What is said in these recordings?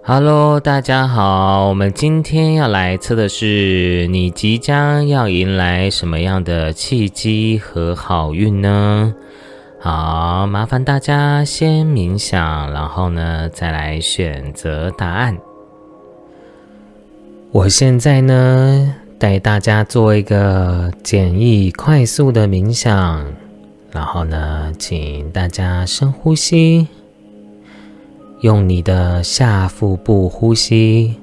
Hello， 大家好，我们今天要来测的是你即将要迎来什么样的契机和好运呢？好，麻烦大家先冥想，然后呢再来选择答案。我现在呢带大家做一个简易快速的冥想，然后呢请大家深呼吸，用你的下腹部呼吸，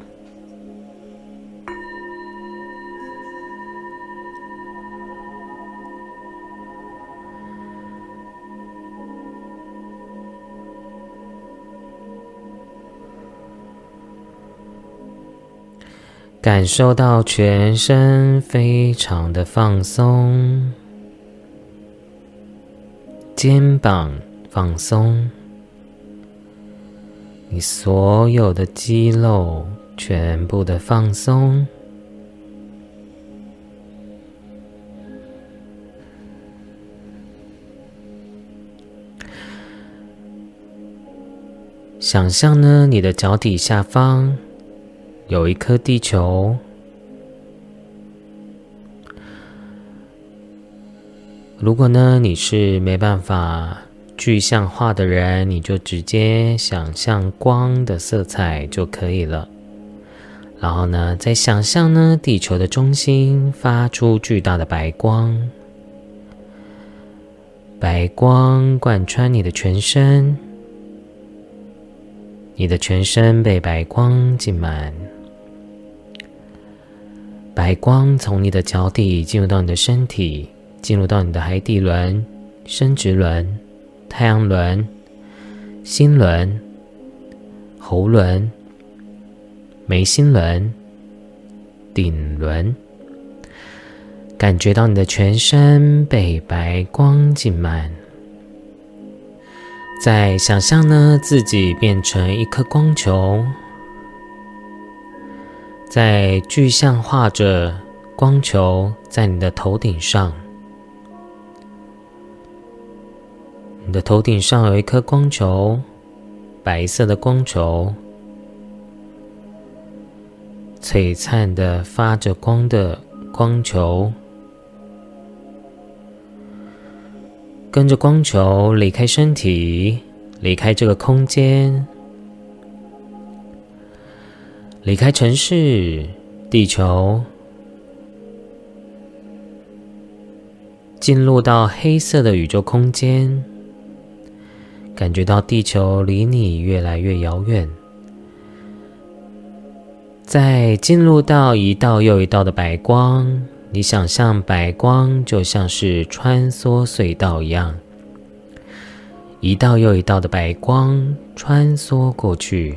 感受到全身非常的放松，肩膀放松，你所有的肌肉全部的放松，想象呢，你的脚底下方有一颗地球，如果呢你是没办法具象化的人，你就直接想象光的色彩就可以了。然后呢，再想象呢，地球的中心发出巨大的白光，白光贯穿你的全身，你的全身被白光浸满，白光从你的脚底进入到你的身体，进入到你的海底轮、生殖轮、太阳轮、心轮、喉轮、眉心轮、顶轮，感觉到你的全身被白光浸满。再想象呢，自己变成一颗光球，在具象化着光球在你的头顶上，你的头顶上有一颗光球，白色的光球，璀璨的发着光的光球，跟着光球离开身体，离开这个空间，离开城市、地球，进入到黑色的宇宙空间，感觉到地球离你越来越遥远。再进入到一道又一道的白光，你想象白光就像是穿梭隧道一样，一道又一道的白光穿梭过去。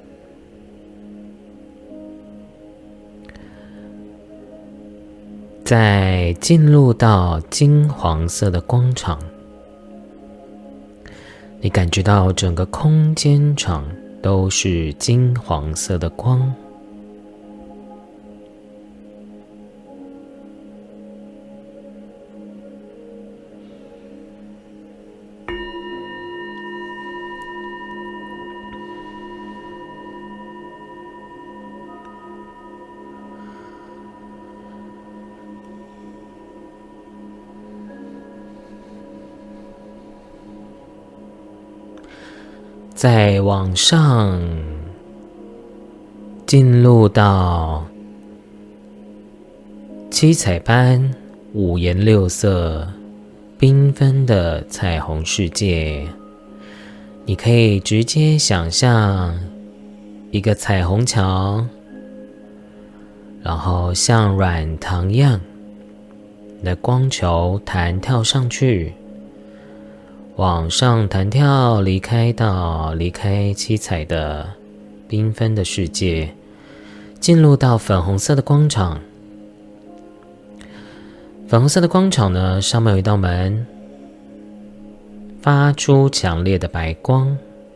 再进入到金黄色的光场，你感觉到整个空间场都是金黄色的光。再往上进入到七彩般五颜六色缤纷的彩虹世界，你可以直接想象一个彩虹桥，然后像软糖一样，你的光球弹跳上去，往上弹跳，离开七彩的缤纷的世界，进入到粉红色的光场。粉红色的光场呢，上面有一道门，发出强烈的白光。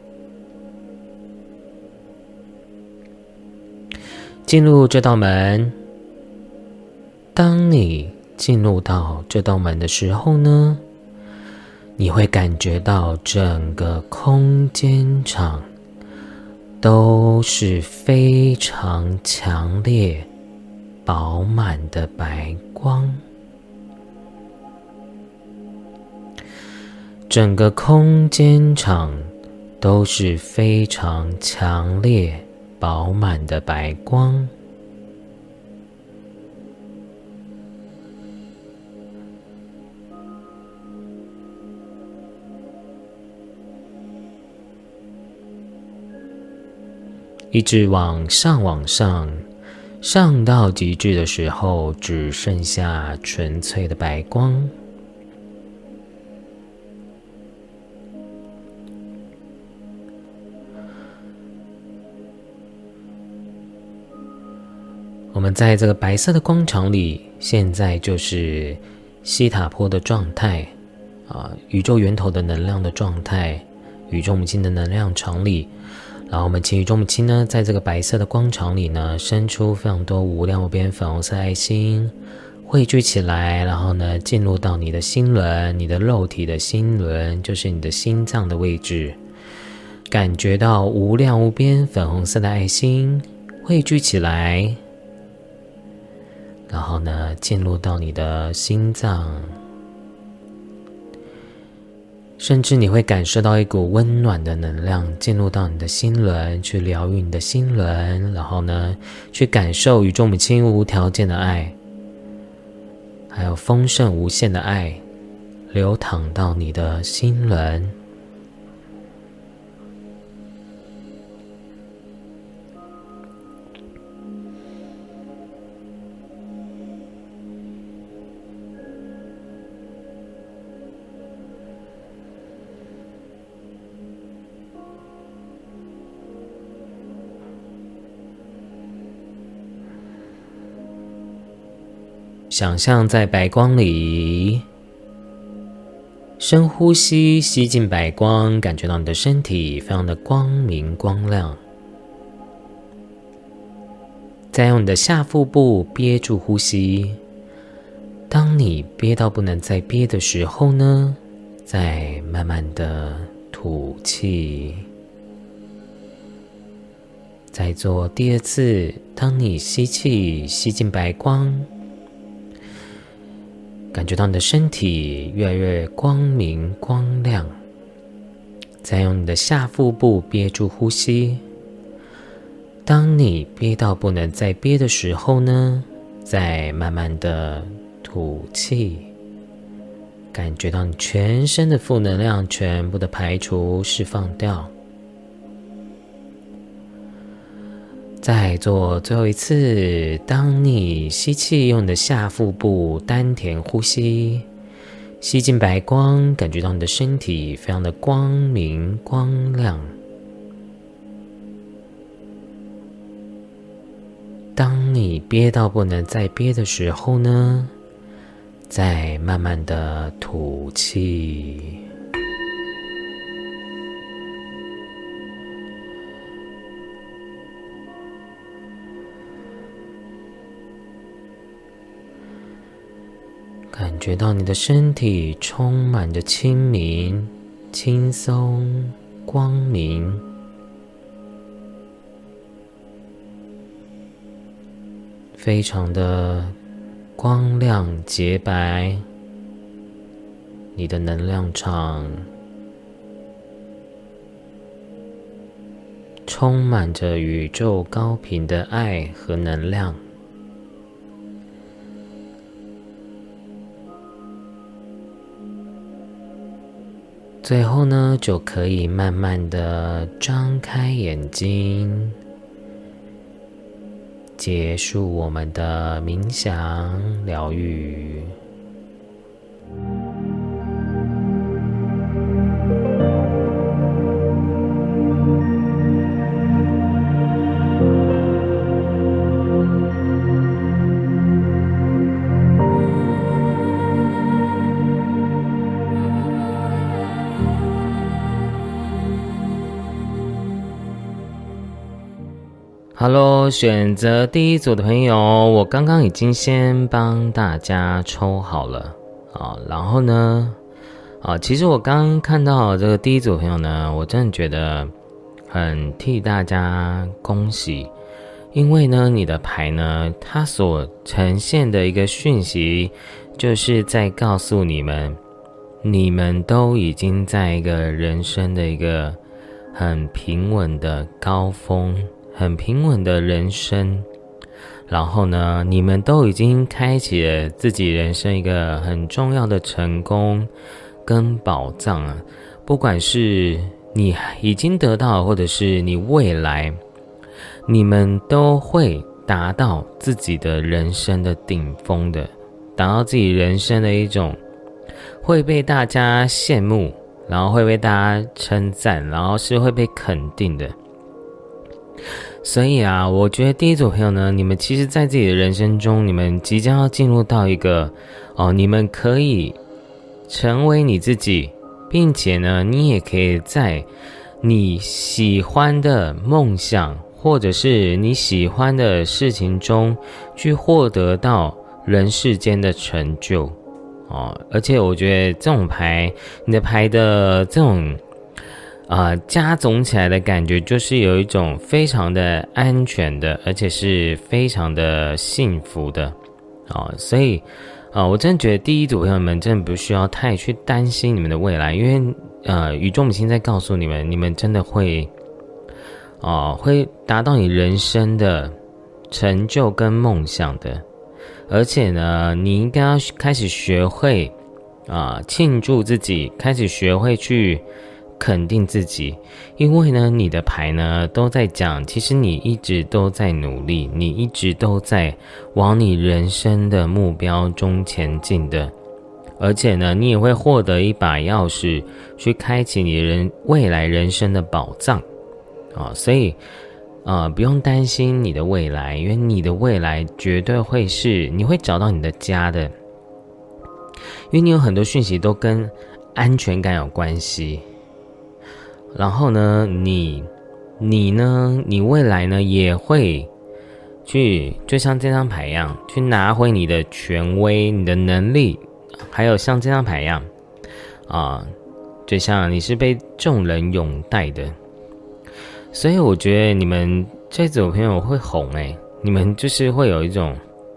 进入这道门，当你进入到这道门的时候呢，你会感觉到整个空间场都是非常强烈、饱满的白光。整个空间场都是非常强烈、饱满的白光。一直往上，上到极致的时候，只剩下纯粹的白光。我们在这个白色的光场里，现在就是西塔波的状态宇宙源头的能量的状态，宇宙母亲的能量场里。然后我们请宇宙母亲呢，在这个白色的光场里呢，伸出非常多无量无边粉红色爱心，汇聚起来，然后呢，进入到你的心轮，你的肉体的心轮，就是你的心脏的位置，感觉到无量无边粉红色的爱心汇聚起来，然后呢，进入到你的心脏，甚至你会感受到一股温暖的能量进入到你的心轮，去疗愈你的心轮，然后呢，去感受宇宙母亲无条件的爱，还有丰盛无限的爱流淌到你的心轮。想象在白光里，深呼吸，吸进白光，感觉到你的身体非常的光明光亮。再用你的下腹部憋住呼吸，当你憋到不能再憋的时候呢，再慢慢的吐气。再做第二次，当你吸气，吸进白光，感觉到你的身体越来越光明光亮。再用你的下腹部憋住呼吸，当你憋到不能再憋的时候呢，再慢慢的吐气，感觉到你全身的负能量全部的排除释放掉。再做最后一次，当你吸气，用你的下腹部丹田呼吸，吸进白光，感觉到你的身体非常的光明光亮。当你憋到不能再憋的时候呢，再慢慢的吐气。感觉到你的身体充满着清明、轻松、光明，非常的光亮洁白。你的能量场充满着宇宙高频的爱和能量。最后呢，就可以慢慢的张开眼睛，结束我们的冥想疗愈。Hello， 选择第一组的朋友，我刚刚已经先帮大家抽好了然后呢，其实我刚刚看到这个第一组朋友呢，我真的觉得很替大家恭喜，因为呢，你的牌呢，它所呈现的一个讯息，就是在告诉你们，你们都已经在一个人生的一个很平稳的高峰，很平稳的人生。然后呢，你们都已经开启了自己人生一个很重要的成功跟宝藏啊，不管是你已经得到，或者是你未来，你们都会达到自己的人生的顶峰的，达到自己人生的一种会被大家羡慕，然后会被大家称赞，然后是会被肯定的。所以啊，我觉得第一组朋友呢，你们其实在自己的人生中，你们即将要进入到一个你们可以成为你自己，并且呢，你也可以在你喜欢的梦想或者是你喜欢的事情中去获得到人世间的成就而且我觉得这种牌，你的牌的这种加总起来的感觉，就是有一种非常的安全的，而且是非常的幸福的所以我真的觉得第一组朋友们真的不需要太去担心你们的未来，因为宇宙母亲在告诉你们，你们真的会达到你人生的成就跟梦想的。而且呢，你应该要开始学会庆祝自己，开始学会去肯定自己，因为呢，你的牌呢都在讲，其实你一直都在努力，你一直都在往你人生的目标中前进的，而且呢，你也会获得一把钥匙，去开启你未来人生的宝藏所以不用担心你的未来，因为你的未来绝对会是你会找到你的家的，因为你有很多讯息都跟安全感有关系。然后呢，你未来呢也会去，就像这张牌一样，去拿回你的权威、你的能力，还有像这张牌一样就像你是被众人拥戴的。所以我觉得你们这组朋友会红你们就是会有一种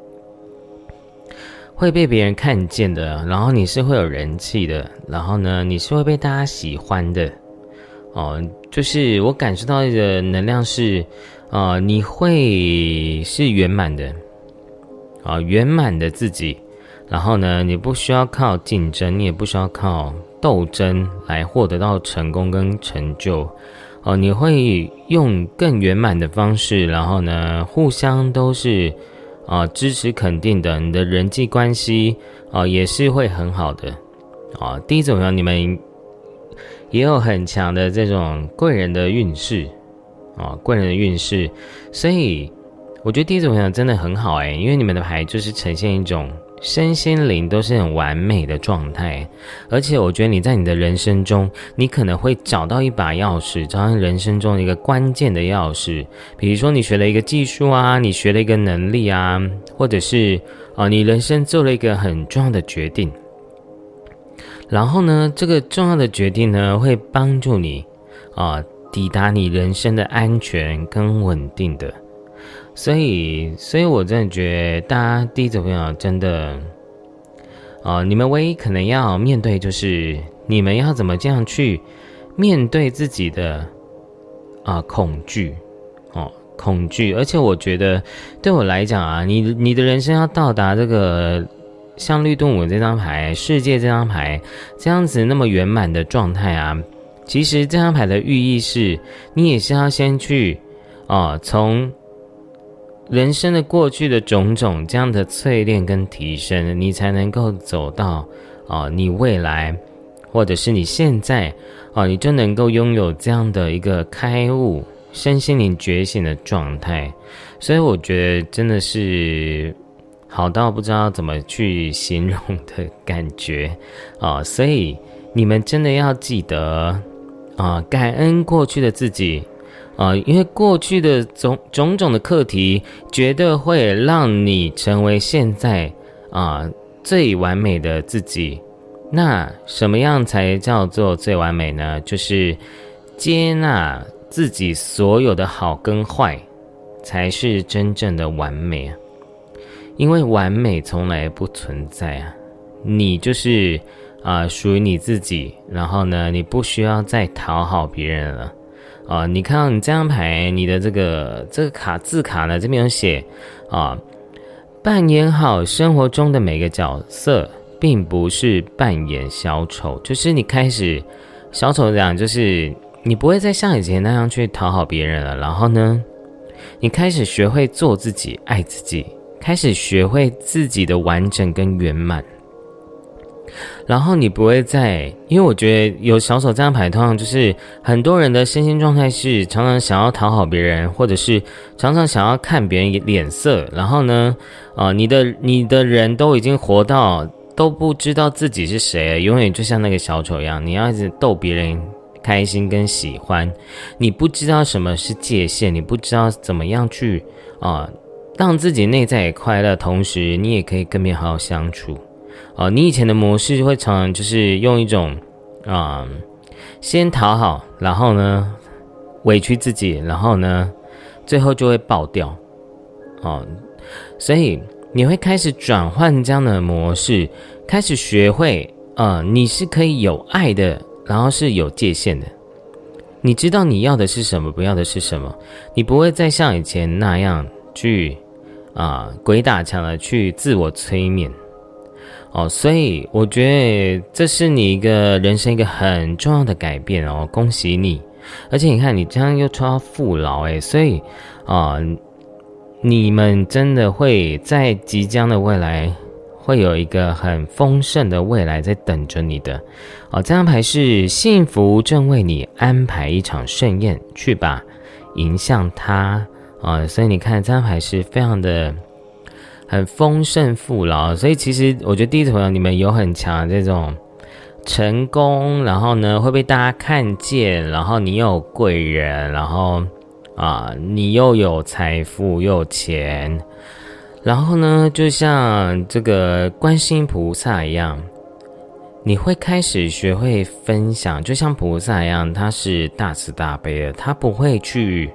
会被别人看见的，然后你是会有人气的，然后呢，你是会被大家喜欢的就是我感受到的能量是你会是圆满的圆满的自己，然后呢，你不需要靠竞争，你也不需要靠斗争来获得到成功跟成就你会用更圆满的方式，然后呢，互相都是支持肯定的，你的人际关系也是会很好的第一种呢，你们也有很强的这种贵人的运势贵人的运势，所以我觉得第一种朋友真的很好因为你们的牌就是呈现一种身心灵都是很完美的状态，而且我觉得你在你的人生中，你可能会找到一把钥匙，找到人生中一个关键的钥匙，比如说你学了一个技术你学了一个能力或者是你人生做了一个很重要的决定，然后呢，这个重要的决定呢，会帮助你抵达你人生的安全跟稳定的。所以我真的觉得大家第一组朋友真的你们唯一可能要面对就是你们要怎么这样去面对自己的恐惧恐惧。而且我觉得对我来讲你的人生要到达这个像绿度母这张牌、世界这张牌这样子那么圆满的状态其实这张牌的寓意是你也是要先去从人生的过去的种种这样的淬炼跟提升，你才能够走到你未来或者是你现在你就能够拥有这样的一个开悟、身心灵觉醒的状态。所以我觉得真的是好到不知道怎么去形容的感觉所以你们真的要记得感恩过去的自己因为过去的种种的课题绝对会让你成为现在最完美的自己。那什么样才叫做最完美呢？就是接纳自己所有的好跟坏，才是真正的完美啊。因为完美从来不存在啊，你就是属于你自己，然后呢，你不需要再讨好别人了你看到你这张牌，你的这个字卡呢，这边有写扮演好生活中的每个角色，并不是扮演小丑，就是你开始小丑讲，就是你不会再像以前那样去讨好别人了，然后呢，你开始学会做自己，爱自己，开始学会自己的完整跟圆满。然后你不会再，因为我觉得有小丑这张牌，通常就是很多人的身心状态是常常想要讨好别人，或者是常常想要看别人脸色，然后呢，你的人都已经活到都不知道自己是谁了，永远就像那个小丑一样，你要一直逗别人开心跟喜欢，你不知道什么是界限，你不知道怎么样去让自己内在也快乐，同时你也可以跟别人好好相处。你以前的模式会常常就是用一种先讨好，然后呢委屈自己，然后呢最后就会爆掉所以你会开始转换这样的模式，开始学会你是可以有爱的，然后是有界限的，你知道你要的是什么，不要的是什么，你不会再像以前那样去鬼打墙的去自我催眠所以我觉得这是你一个人生一个很重要的改变恭喜你。而且你看你这样又抽到父老所以你们真的会在即将的未来会有一个很丰盛的未来在等着你的这张牌是幸福正为你安排一场盛宴，去吧，迎向它所以你看这张牌是非常的很丰盛富饶，所以其实我觉得第一组朋友你们有很强的这种成功，然后呢会被大家看见，然后你又有贵人，然后你又有财富又有钱，然后呢就像这个观世音菩萨一样，你会开始学会分享，就像菩萨一样，他是大慈大悲的，他不会去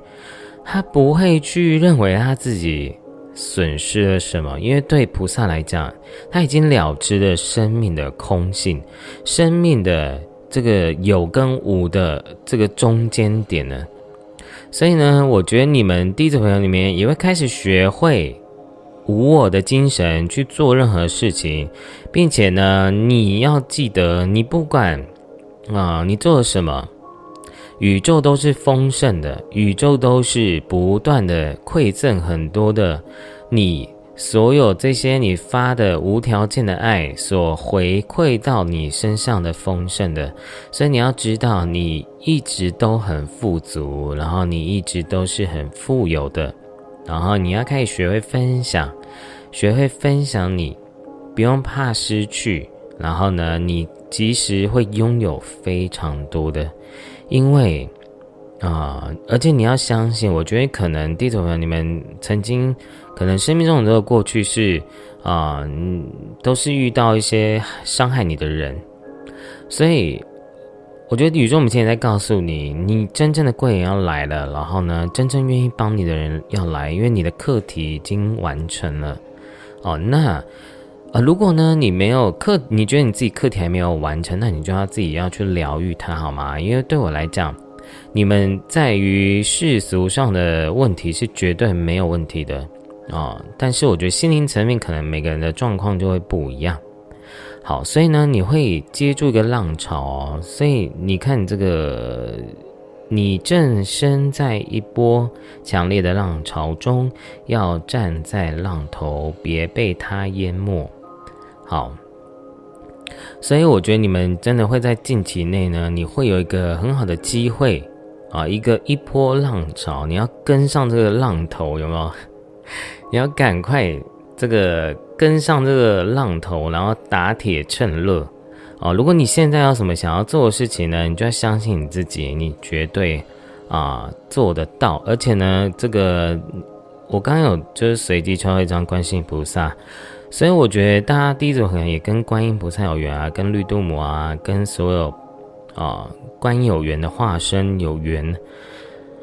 认为他自己损失了什么，因为对菩萨来讲，他已经了知了生命的空性，生命的这个有跟无的这个中间点呢。所以呢，我觉得你们第一组朋友里面也会开始学会无我的精神去做任何事情，并且呢，你要记得，你不管你做了什么，宇宙都是丰盛的，宇宙都是不断的馈赠很多的你所有这些你发的无条件的爱所回馈到你身上的丰盛的。所以你要知道你一直都很富足，然后你一直都是很富有的，然后你要开始学会分享，你不用怕失去，然后呢你其实会拥有非常多的，因为而且你要相信，我觉得可能第一组朋友你们曾经可能生命中的过去是都是遇到一些伤害你的人，所以我觉得宇宙母亲也在告诉你，你真正的贵人要来了，然后呢真正愿意帮你的人要来，因为你的课题已经完成了那如果呢你没有你觉得你自己课题还没有完成，那你就要自己要去疗愈它好吗？因为对我来讲，你们在于世俗上的问题是绝对没有问题的但是我觉得心灵层面可能每个人的状况就会不一样。好，所以呢你会接住一个浪潮所以你看这个你正身在一波强烈的浪潮中，要站在浪头，别被它淹没。好，所以我觉得你们真的会在近期内呢，你会有一个很好的机会一波浪潮，你要跟上这个浪头，有没有？你要赶快这个跟上这个浪头，然后打铁趁热如果你现在有什么想要做的事情呢，你就要相信你自己，你绝对做得到。而且呢，这个我刚刚有就是随机抽到一张观世音菩萨，所以我觉得大家第一组可能也跟观音菩萨有缘跟绿度母跟所有观音有缘的化身有缘。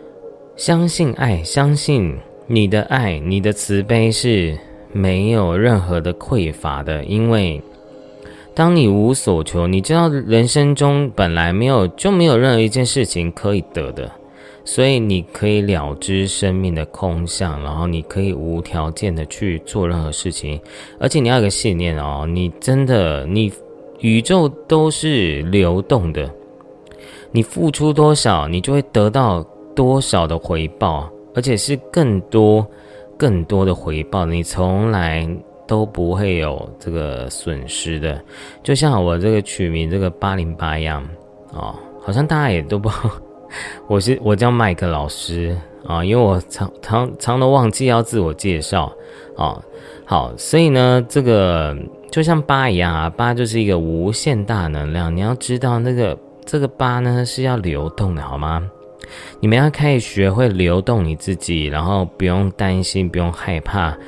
相信爱，相信你的爱，你的慈悲是没有任何的匮乏的，因为当你无所求，你知道人生中本来没有任何一件事情可以得的，所以你可以了知生命的空相，然后你可以无条件的去做任何事情，而且你要有个信念哦，你宇宙都是流动的，你付出多少，你就会得到多少的回报，而且是更多的回报，你从来都不会有这个损失的。就像我这个取名这个808一样哦，好像大家也都不知道我叫麦克老师啊，因为我常都忘记要自我介绍啊。好，所以呢，这个就像8一样啊，8就是一个无限大能量，你要知道这个8呢是要流动的，好吗？你们要开始学会流动你自己，然后不用担心，不用害怕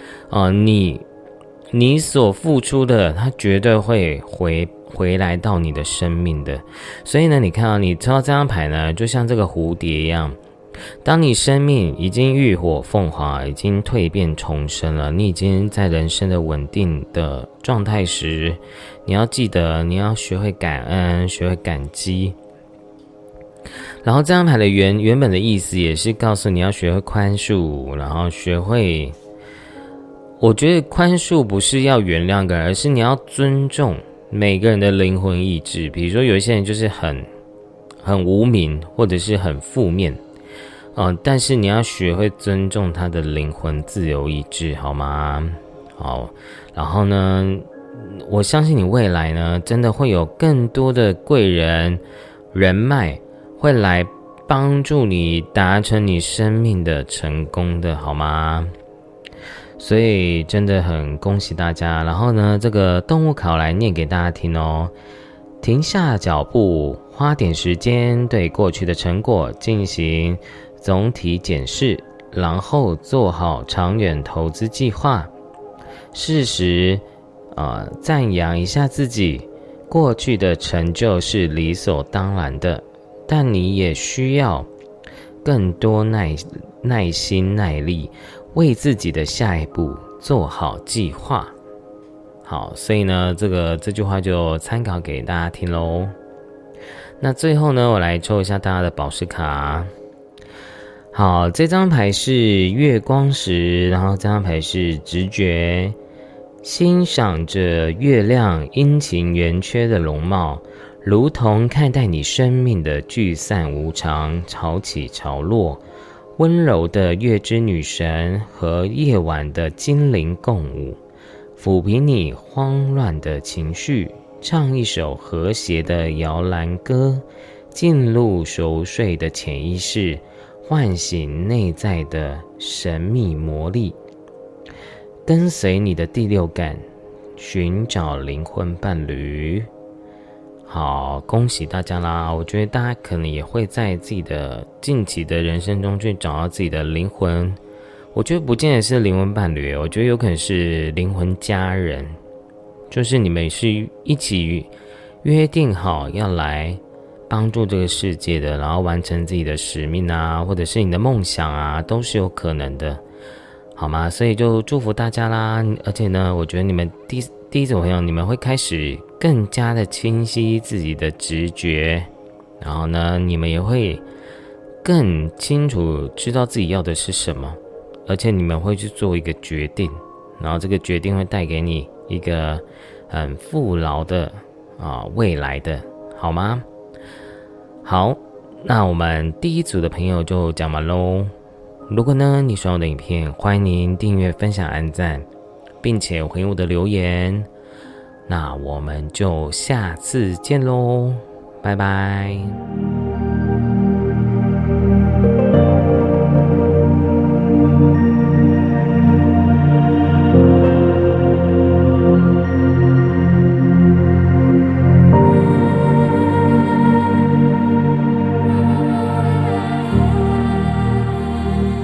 你所付出的，它绝对会回来到你的生命的。所以呢，你看到你抽到这张牌呢，就像这个蝴蝶一样，当你生命已经浴火凤凰，已经蜕变重生了，你已经在人生的稳定的状态时，你要记得，你要学会感恩，学会感激。然后这张牌的原本的意思也是告诉你要学会宽恕，然后学会，我觉得宽恕不是要原谅个人，而是你要尊重每个人的灵魂意志。比如说有一些人就是很无名，或者是很负面但是你要学会尊重他的灵魂自由意志，好吗？好，然后呢，我相信你未来呢，真的会有更多的贵人人脉会来帮助你达成你生命的成功的，好吗？所以真的很恭喜大家。然后呢，这个动物考来念给大家听哦。停下脚步，花点时间对过去的成果进行总体检视，然后做好长远投资计划。适时赞扬一下自己，过去的成就是理所当然的，但你也需要更多耐心耐力，为自己的下一步做好计划。好，所以呢，这句话就参考给大家听咯。那最后呢，我来抽一下大家的宝石卡。好，这张牌是月光石，然后这张牌是直觉，欣赏着月亮阴晴圆缺的容貌，如同看待你生命的聚散无常，潮起潮落。温柔的月之女神和夜晚的精灵共舞，抚平你慌乱的情绪，唱一首和谐的摇篮歌，进入熟睡的潜意识，唤醒内在的神秘魔力，跟随你的第六感，寻找灵魂伴侣。好，恭喜大家啦！我觉得大家可能也会在自己的近期的人生中去找到自己的灵魂。我觉得不见得是灵魂伴侣，我觉得有可能是灵魂家人，就是你们是一起约定好要来帮助这个世界的，然后完成自己的使命啊，或者是你的梦想啊，都是有可能的，好吗？所以就祝福大家啦！而且呢，我觉得你们第一组朋友，你们会开始更加的清晰自己的直觉，然后呢，你们也会更清楚知道自己要的是什么，而且你们会去做一个决定，然后这个决定会带给你一个很富饶的未来的，好吗？好，那我们第一组的朋友就讲完咯。如果呢你喜欢我的影片，欢迎您订阅、分享、按赞，并且回应我的留言。那我们就下次见咯，拜拜。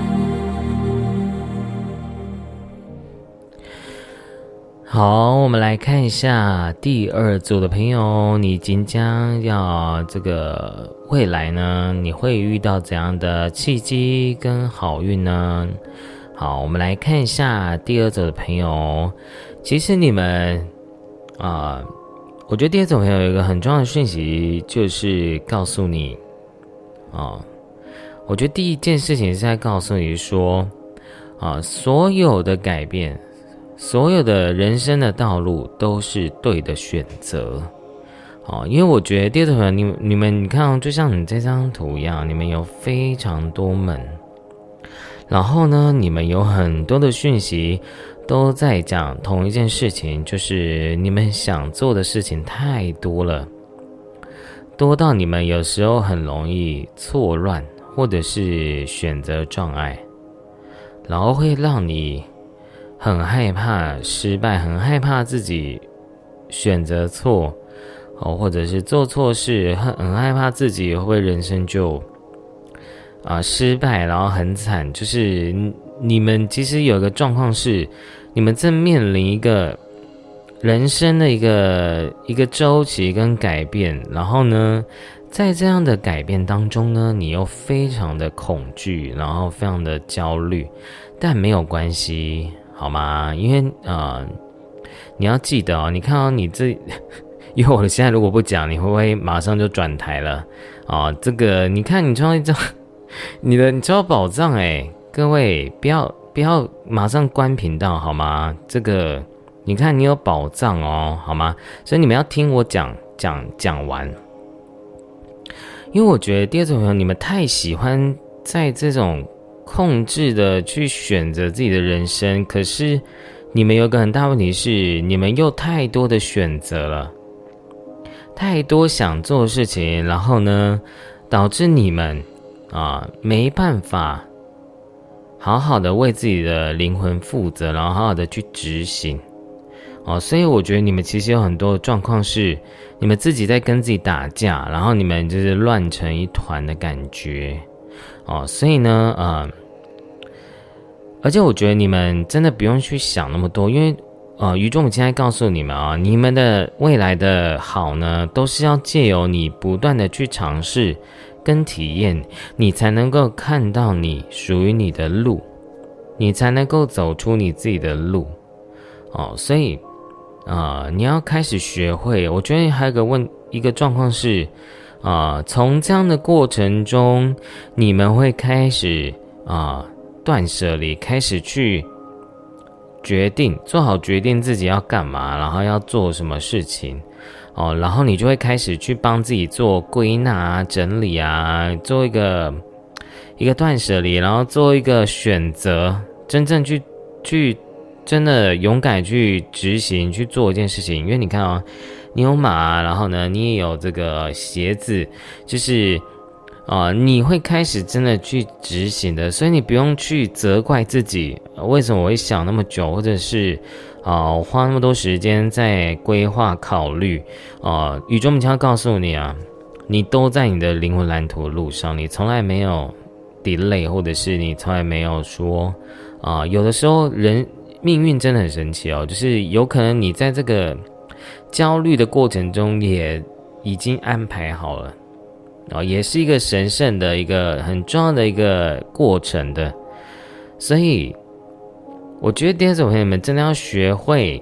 好，我们来来看一下第二组的朋友，你即将要这个未来呢，你会遇到怎样的契机跟好运呢？好，我们来看一下第二组的朋友。其实你们我觉得第二组朋友有一个很重要的讯息，就是告诉你我觉得第一件事情是在告诉你说所有的改变，所有的人生的道路都是对的选择。因为我觉得第二组朋友，你们你看就像你这张图一样，你们有非常多门，然后呢，你们有很多的讯息都在讲同一件事情，就是你们想做的事情太多了，多到你们有时候很容易错乱，或者是选择障碍，然后会让你很害怕失败，很害怕自己选择错或者是做错事，很害怕自己会不会人生就失败，然后很惨。就是你们其实有一个状况是，你们正面临一个人生的一个周期跟改变，然后呢，在这样的改变当中呢，你又非常的恐惧，然后非常的焦虑，但没有关系，好吗？因为你要记得你看到你这，因为我现在如果不讲，你会不会马上就转台了这个你看你创一张你抽到宝藏各位不要马上关频道好吗？这个你看你有宝藏好吗？所以你们要听我讲完，因为我觉得第二种朋友，你们太喜欢在这种控制的去选择自己的人生，可是你们有个很大问题是，你们又太多的选择了，太多想做的事情，然后呢，导致你们没办法好好的为自己的灵魂负责，然后好好的去执行所以我觉得你们其实有很多的状况是你们自己在跟自己打架，然后你们就是乱成一团的感觉所以呢而且我觉得你们真的不用去想那么多，因为宇宙母亲在告诉你们你们的未来的好呢，都是要借由你不断的去尝试跟体验，你才能够看到你属于你的路，你才能够走出你自己的路所以你要开始学会。我觉得还有一个状况是从这样的过程中，你们会开始断舍离，开始去做好决定自己要干嘛，然后要做什么事情然后你就会开始去帮自己做归纳整理做一个断舍离，然后做一个选择，真正去真的勇敢去执行去做一件事情。因为你看你有马，然后呢你也有这个鞋子，就是你会开始真的去执行的，所以你不用去责怪自己为什么我会想那么久，或者是花那么多时间在规划考虑宇宙母亲要告诉你你都在你的灵魂蓝图路上，你从来没有 delay， 或者是你从来没有说有的时候命运真的很神奇就是有可能你在这个焦虑的过程中也已经安排好了也是一个神圣的一个很重要的一个过程的。所以我觉得第二种朋友们真的要学会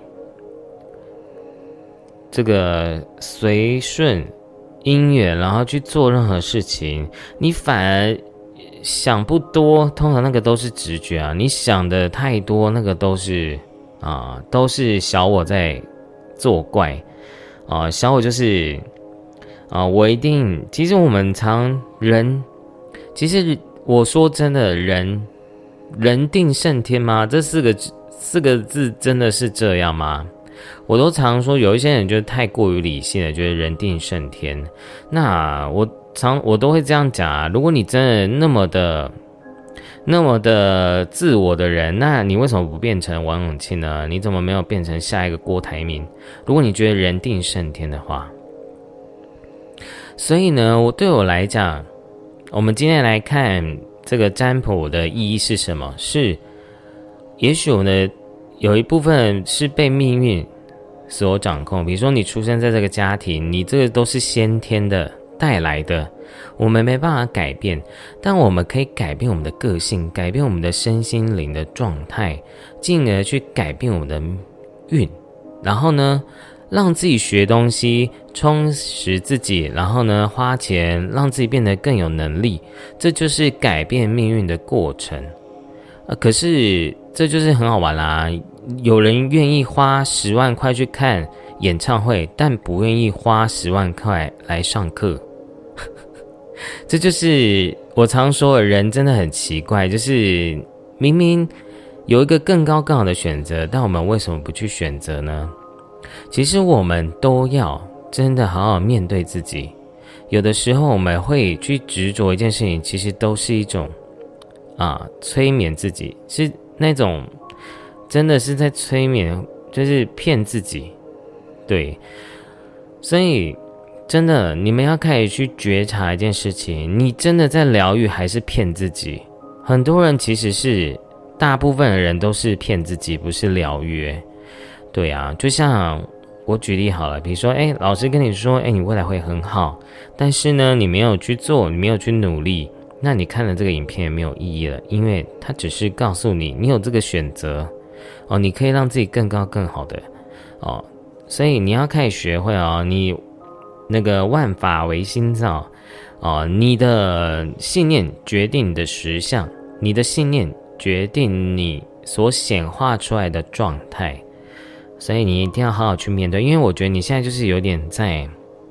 这个随顺因缘，然后去做任何事情。你反而想不多，通常那个都是直觉你想的太多，那个都是小我在作怪小我就是我一定，其实我们其实我说真的，人定胜天吗？这四个字真的是这样吗？我都常说有一些人就太过于理性了，觉得人定胜天。那我都会这样讲如果你真的那么的自我的人，那你为什么不变成王永庆呢？你怎么没有变成下一个郭台铭？如果你觉得人定胜天的话。所以呢，对我来讲，我们今天来看这个占卜的意义是什么？是也许我们有一部分是被命运所掌控。比如说你出生在这个家庭，你这个都是先天的带来的，我们没办法改变，但我们可以改变我们的个性，改变我们的身心灵的状态，进而去改变我们的运，然后呢让自己学东西，充实自己，然后呢花钱让自己变得更有能力，这就是改变命运的过程。可是这就是很好玩啦，有人愿意花10万块去看演唱会，但不愿意花10万块来上课。这就是我常说的，人真的很奇怪，就是明明有一个更高更好的选择，但我们为什么不去选择呢？其实我们都要真的好好面对自己。有的时候我们会去执着一件事情，其实都是一种催眠自己，是那种真的是在催眠，就是骗自己。对，所以真的你们要开始去觉察一件事情，你真的在疗愈还是骗自己？很多人其实是，大部分的人都是骗自己，不是疗愈。对啊，就像我举例好了，比如说老师跟你说你未来会很好，但是呢你没有去做，你没有去努力，那你看了这个影片也没有意义了，因为它只是告诉你你有这个选择你可以让自己更高更好的所以你要开始学会你那个万法唯心造你的信念决定你的实相，你的信念决定你所显化出来的状态，所以你一定要好好去面对。因为我觉得你现在就是有点在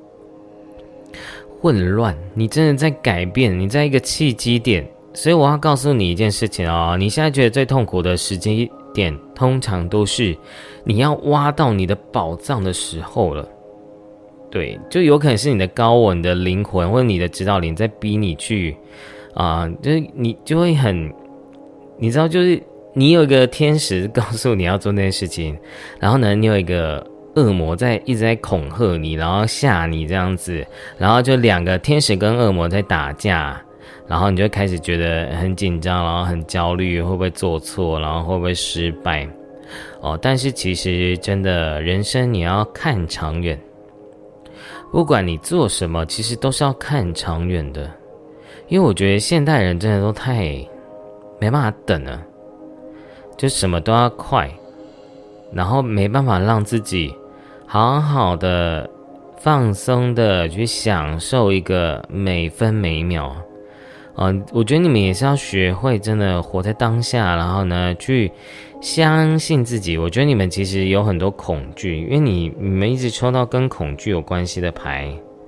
混乱，你真的在改变，你在一个契机点。所以我要告诉你一件事情你现在觉得最痛苦的时间点，通常都是你要挖到你的宝藏的时候了。对，就有可能是你的高我、你的灵魂或者你的指导灵在逼你去就是你就会你知道，就是你有一个天使告诉你要做那件事情，然后呢你有一个恶魔一直在恐吓你，然后吓你这样子，然后就2个天使跟恶魔在打架，然后你就开始觉得很紧张，然后很焦虑，会不会做错，然后会不会失败但是其实真的人生你要看长远，不管你做什么其实都是要看长远的。因为我觉得现代人真的都太没办法等了，就什么都要快，然后没办法让自己好好的放松的去享受一个每分每秒我觉得你们也是要学会真的活在当下，然后呢去相信自己。我觉得你们其实有很多恐惧，因为你们一直抽到跟恐惧有关系的牌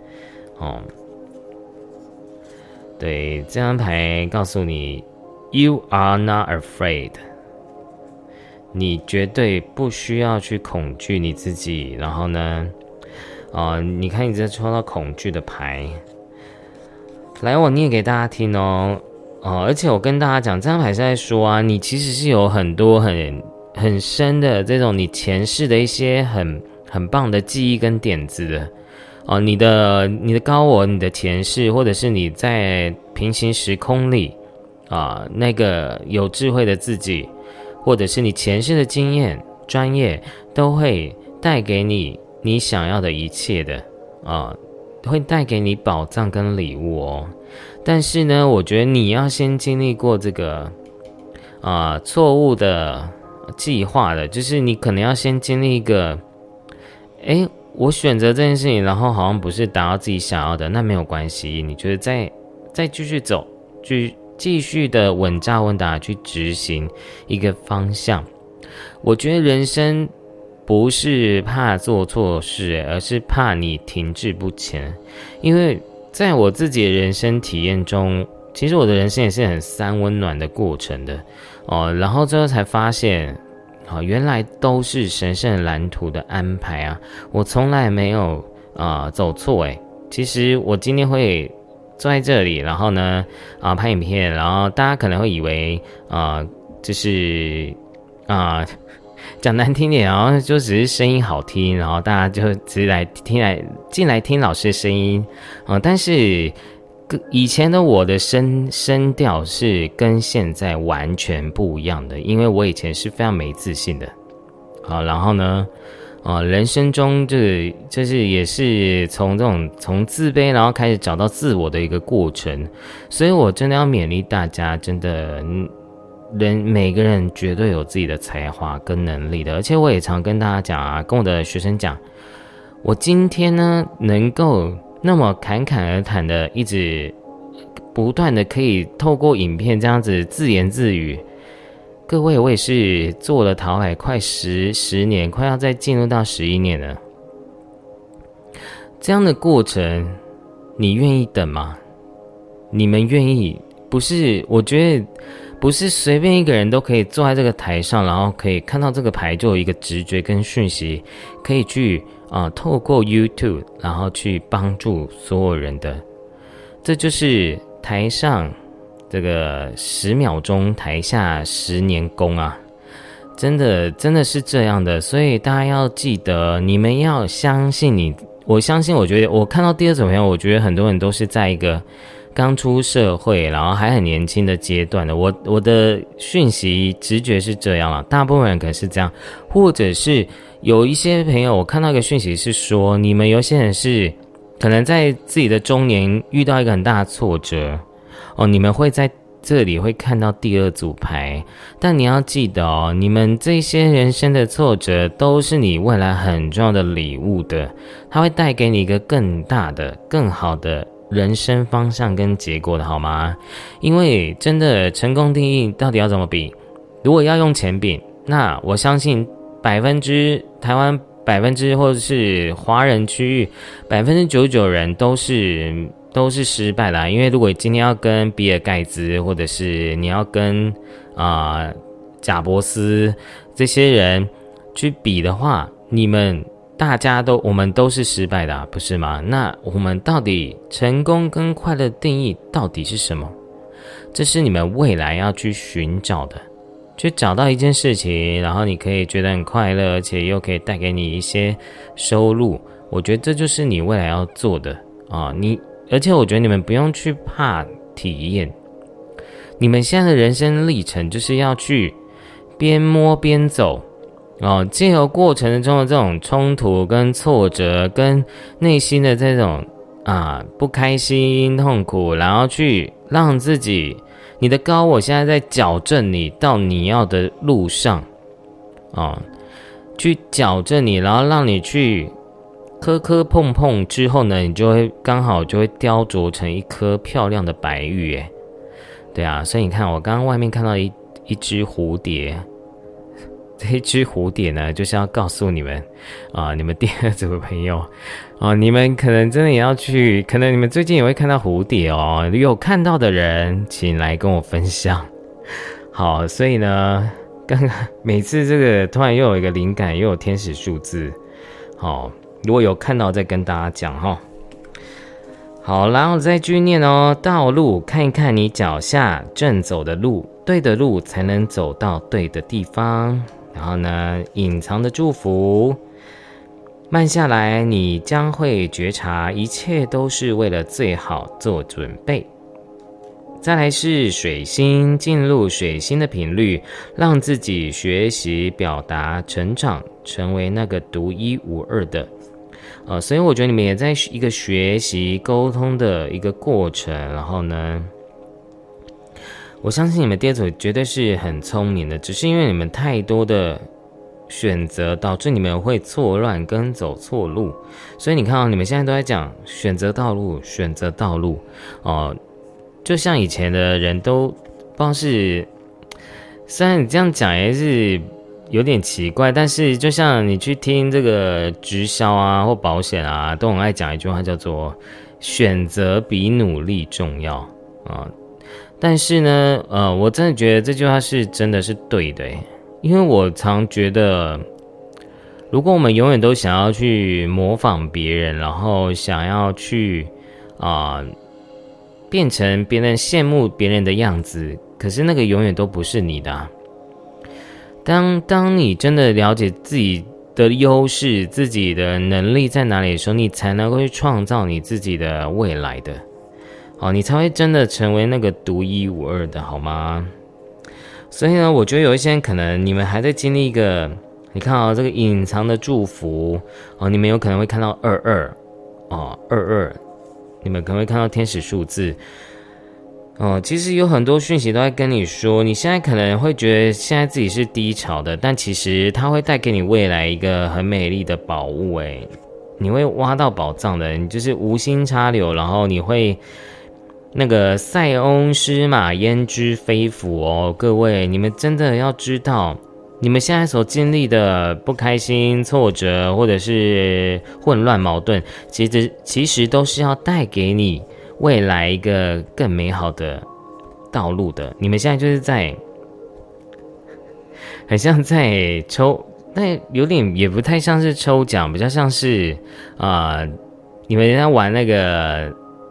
对，这张牌告诉你 You are not afraid， 你绝对不需要去恐惧你自己。然后呢你看你这抽到恐惧的牌，来我念给大家听而且我跟大家讲，这张牌是在说你其实是有很多很深的这种你前世的一些很棒的记忆跟点子的你的高我，你的前世，或者是你在平行时空里那个有智慧的自己，或者是你前世的经验专业，都会带给你想要的一切的会带给你宝藏跟礼物但是呢我觉得你要先经历过这个错误的计划的，就是你可能要先经历一个我选择这件事情，然后好像不是达到自己想要的，那没有关系，你觉得再继续走，继续的稳扎稳打去执行一个方向。我觉得人生不是怕做错事，而是怕你停滞不前。因为在我自己的人生体验中，其实我的人生也是很三温暖的过程的然后最后才发现原来都是神圣蓝图的安排我从来没有走错其实我今天会坐在这里，然后呢拍影片，然后大家可能会以为就是讲难听点，然后就只是声音好听，然后大家就只是进来听老师的声音但是以前的我的声调是跟现在完全不一样的，因为我以前是非常没自信的然后呢人生中就是也是从自卑，然后开始找到自我的一个过程。所以我真的要勉励大家，真的每个人绝对有自己的才华跟能力的。而且我也常跟大家讲啊，跟我的学生讲，我今天呢能够那么侃侃而谈的一直不断的可以透过影片这样子自言自语，各位我也是做了桃海快十年，快要再进入到11年了。这样的过程你愿意等吗？你们愿意？不是，我觉得不是随便一个人都可以坐在这个台上，然后可以看到这个牌就有一个直觉跟讯息，可以去透过 YouTube 然后去帮助所有人的。这就是台上这个10秒钟，台下10年功啊，真的是这样的。所以大家要记得，你们要相信我相信，我觉得我看到第二种朋友，我觉得很多人都是在一个刚出社会，然后还很年轻的阶段的。我的讯息直觉是这样啦，大部分人可能是这样，或者是有一些朋友，我看到一个讯息是说，你们有些人是可能在自己的中年遇到一个很大的挫折你们会在这里会看到第二组牌，但你要记得你们这些人生的挫折都是你未来很重要的礼物的，它会带给你一个更大的、更好的人生方向跟结果的，好吗？因为真的成功定义到底要怎么比？如果要用钱比，那我相信台湾或者是华人区域99%人都是失败的因为如果今天要跟比尔盖茨，或者是你要跟贾伯斯这些人去比的话，我们都是失败的不是吗？那我们到底成功跟快乐定义到底是什么？这是你们未来要去寻找的，去找到一件事情，然后你可以觉得很快乐，而且又可以带给你一些收入，我觉得这就是你未来要做的而且我觉得你们不用去怕体验，你们现在的人生历程就是要去边摸边走借由过程中的这种冲突跟挫折跟内心的这种不开心痛苦，然后去让自己你的高我现在在矫正你到你要的路上去矫正你，然后让你去磕碰碰之后呢，你就会刚好就会雕琢成一颗漂亮的白玉对啊，所以你看我刚刚外面看到一只蝴蝶，这一只蝴蝶呢就是要告诉你们你们第二组的朋友你们可能真的也要去，可能你们最近也会看到蝴蝶有看到的人请来跟我分享。好，所以呢刚刚每次这个突然又有一个灵感，又有天使数字如果有看到再跟大家讲好，然后再继续念道路看一看你脚下正走的路，对的路才能走到对的地方。然后呢，隐藏的祝福，慢下来你将会觉察一切都是为了最好做准备。再来是水星，进入水星的频率，让自己学习表达成长，成为那个独一无二的所以我觉得你们也在一个学习沟通的一个过程，然后呢我相信你们第二组绝对是很聪明的，只是因为你们太多的选择导致你们会错乱跟走错路。所以你看你们现在都在讲选择道路就像以前的人都不知道是，虽然你这样讲也是有点奇怪，但是就像你去听这个直销或保险都很爱讲一句话，叫做选择比努力重要但是呢我真的觉得这句话是真的是对的因为我常觉得如果我们永远都想要去模仿别人，然后想要去变成别人羡慕别人的样子，可是那个永远都不是你的当你真的了解自己的优势，自己的能力在哪里的时候，你才能够去创造你自己的未来的你才会真的成为那个独一无二的，好吗？所以呢，我觉得有一些人可能你们还在经历一个你看这个隐藏的祝福你们有可能会看到22你们可能会看到天使数字其实有很多讯息都在跟你说，你现在可能会觉得现在自己是低潮的，但其实它会带给你未来一个很美丽的宝物你会挖到宝藏的，你就是无心插柳，然后你会那个塞翁失马焉知非福各位，你们真的要知道，你们现在所经历的不开心、挫折或者是混乱、矛盾，其实都是要带给你未来一个更美好的道路的。你们现在就是很像在抽，但有点也不太像是抽奖，比较像是你们在玩那个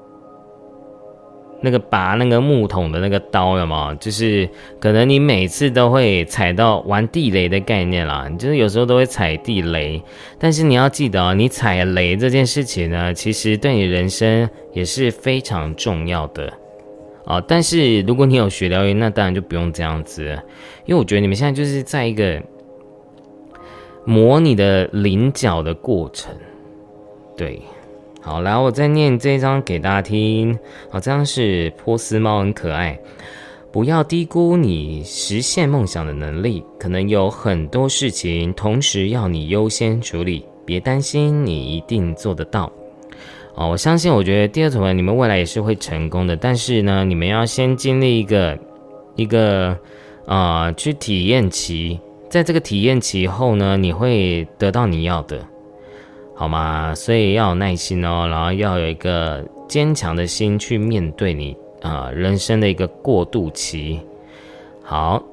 拔那个木桶的那个刀有没有？就是可能你每次都会踩到玩地雷的概念啦，你就是有时候都会踩地雷，但是你要记得你踩雷这件事情呢，其实对你人生也是非常重要的但是如果你有学疗愈，那当然就不用这样子了，因为我觉得你们现在就是在一个磨你的棱角的过程，对。好，来我再念这一张给大家听。这张是波斯猫，很可爱。不要低估你实现梦想的能力，可能有很多事情同时要你优先处理，别担心，你一定做得到。我相信，我觉得第二组人你们未来也是会成功的，但是呢，你们要先经历一个去体验期，在这个体验期后呢，你会得到你要的。好吗？所以要有耐心然后要有一个坚强的心去面对你人生的一个过渡期。好，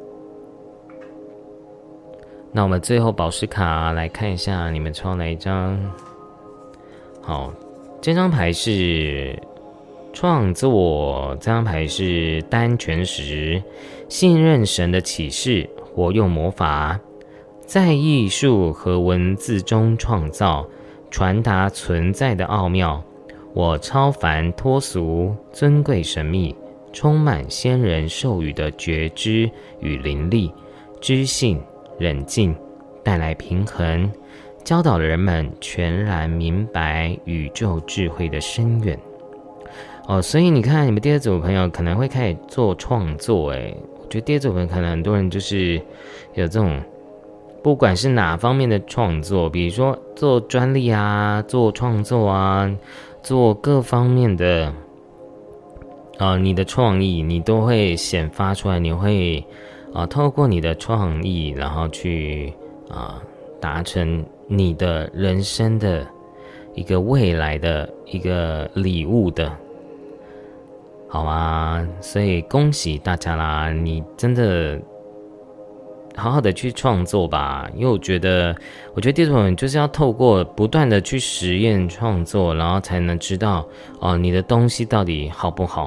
那我们最后宝石卡来看一下你们抽哪一张。好，这张牌是创作，这张牌是单全石，信任神的启示，活用魔法，在艺术和文字中创造，传达存在的奥妙。我超凡脱俗，尊贵神秘，充满先人授予的觉知与灵力，知性冷静，带来平衡，教导人们全然明白宇宙智慧的深远。所以你看，你们第二组朋友可能会开始做创作我觉得第二组朋友可能很多人就是有这种不管是哪方面的创作，比如说做专利做创作做各方面的你的创意你都会显发出来，你会透过你的创意然后去达成你的人生的一个未来的一个礼物的，好吗？所以恭喜大家啦，你真的好好的去创作吧，因为我觉得第一种就是要透过不断的去实验创作，然后才能知道你的东西到底好不好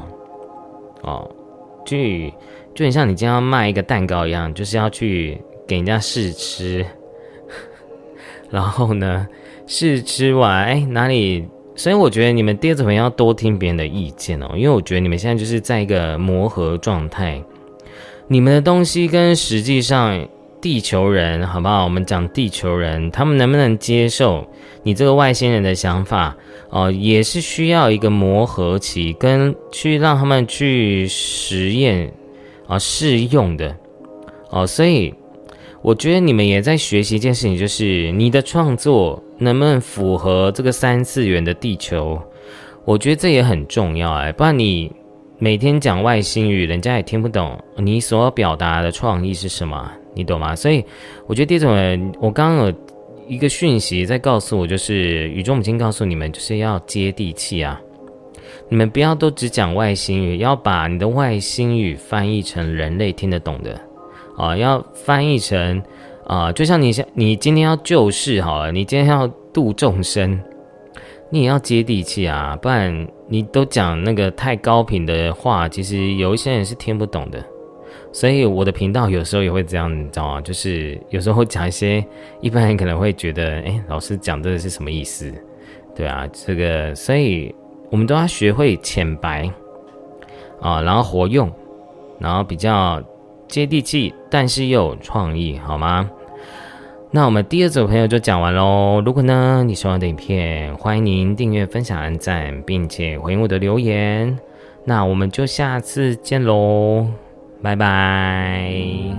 就很像你今天要卖一个蛋糕一样，就是要去给人家试吃然后呢试吃完哪里，所以我觉得你们第二种要多听别人的意见因为我觉得你们现在就是在一个磨合状态，你们的东西跟实际上地球人好不好，我们讲地球人他们能不能接受你这个外星人的想法也是需要一个磨合期跟去让他们去实验试用的所以我觉得你们也在学习一件事情，就是你的创作能不能符合这个3次元的地球，我觉得这也很重要不然你每天讲外星语，人家也听不懂你所表达的创意是什么，你懂吗？所以我觉得第一种人，我刚刚有一个讯息在告诉我，就是宇宙母亲告诉你们，就是要接地气你们不要都只讲外星语，要把你的外星语翻译成人类听得懂的要翻译成就像你今天要救世好了，你今天要度众生，你也要接地气不然你都讲那个太高频的话，其实有一些人是听不懂的。所以我的频道有时候也会这样，你知道吗？就是有时候会讲一些一般人可能会觉得老师讲这个是什么意思，对这个所以我们都要学会浅白然后活用，然后比较接地气，但是又有创意，好吗？ 那我们第二组朋友就讲完咯。如果呢你喜欢我的影片，欢迎您订阅、分享、按赞，并且回应我的留言。那我们就下次见咯，拜拜。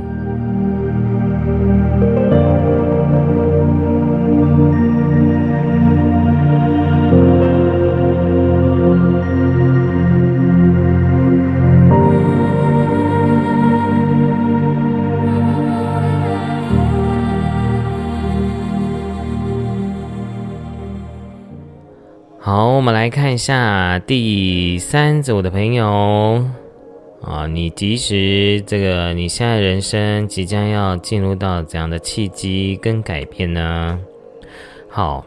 好，我们来看一下第三组的朋友你即使你现在人生即将要进入到怎样的契机跟改变呢？好，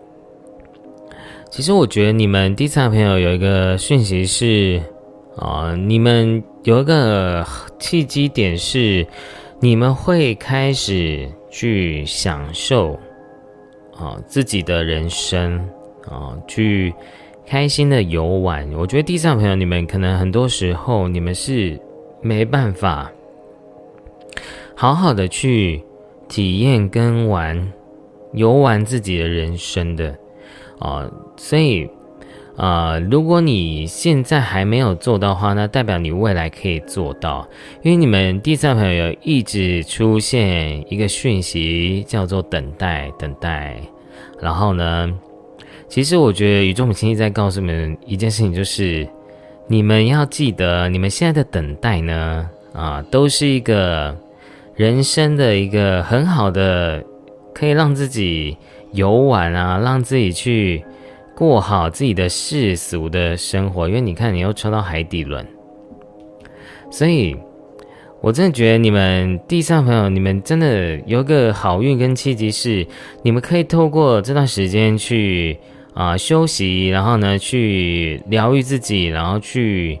其实我觉得你们第三个朋友有一个讯息是你们有一个契机点是你们会开始去享受自己的人生去开心的游玩。我觉得第三个朋友你们可能很多时候你们是没办法好好的去体验跟游玩自己的人生的所以如果你现在还没有做到的话，那代表你未来可以做到。因为你们第三个朋友一直出现一个讯息叫做等待。然后呢，其实我觉得宇宙母亲在告诉你们一件事情，就是你们要记得你们现在的等待呢都是一个人生的一个很好的可以让自己游玩让自己去过好自己的世俗的生活。因为你看你又抽到海底轮，所以我真的觉得你们第三朋友你们真的有个好运跟契机，是你们可以透过这段时间去休息，然后呢去疗愈自己，然后去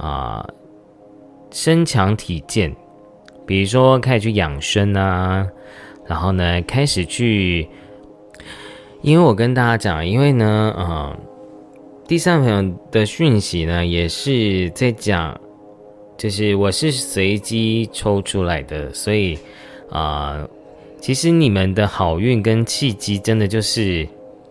身强体健。比如说开始去养生然后呢开始去，因为我跟大家讲，因为呢第三朋友的讯息呢也是在讲，就是我是随机抽出来的，所以其实你们的好运跟契机真的就是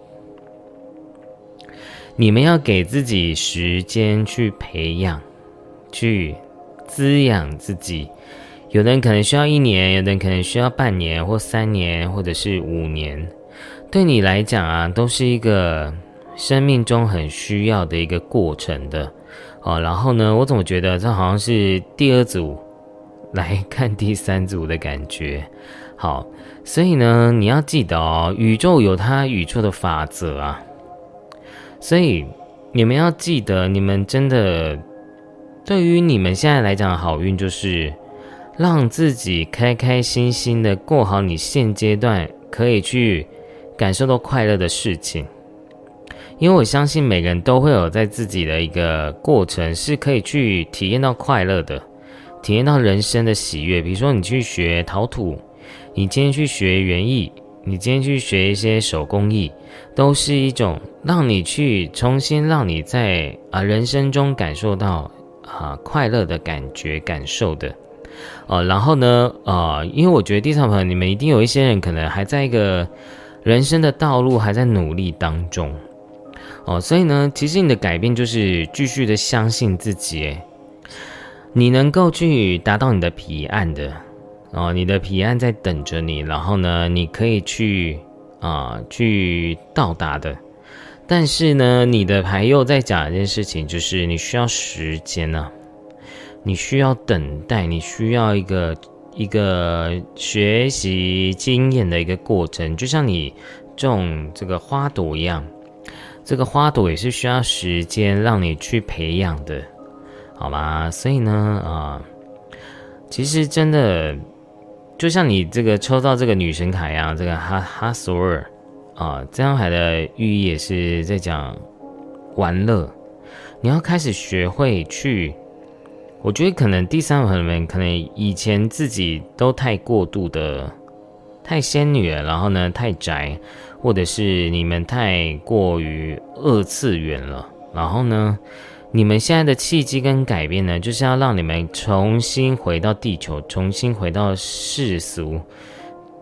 你们要给自己时间去培养，去滋养自己。有的人可能需要1年，有的人可能需要半年或3年或者是5年，对你来讲都是一个生命中很需要的一个过程的然后呢我总觉得这好像是第二组来看第三组的感觉。好，所以呢你要记得宇宙有它宇宙的法则所以你们要记得，你们真的对于你们现在来讲的好运就是让自己开开心心的过好你现阶段可以去感受到快乐的事情。因为我相信每个人都会有在自己的一个过程是可以去体验到快乐的，体验到人生的喜悦。比如说你去学陶土，你今天去学园艺，你今天去学一些手工艺，都是一种让你去重新让你在人生中感受到快乐的感觉感受的然后呢因为我觉得第三朋友你们一定有一些人可能还在一个人生的道路还在努力当中所以呢其实你的改变就是继续的相信自己你能够去达到你的彼岸的你的彼岸在等着你，然后呢你可以去到达的。但是呢你的牌又在讲一件事情，就是你需要时间你需要等待，你需要一个学习经验的一个过程，就像你种这个花朵一样，这个花朵也是需要时间让你去培养的，好吗？所以呢其实真的就像你这个抽到这个女神卡一样，这个哈索尔这张牌的寓意也是在讲玩乐，你要开始学会去，我觉得可能第三个朋友们可能以前自己都太过度的太仙女了，然后呢太宅，或者是你们太过于二次元了，然后呢你们现在的契机跟改变呢，就是要让你们重新回到地球，重新回到世俗，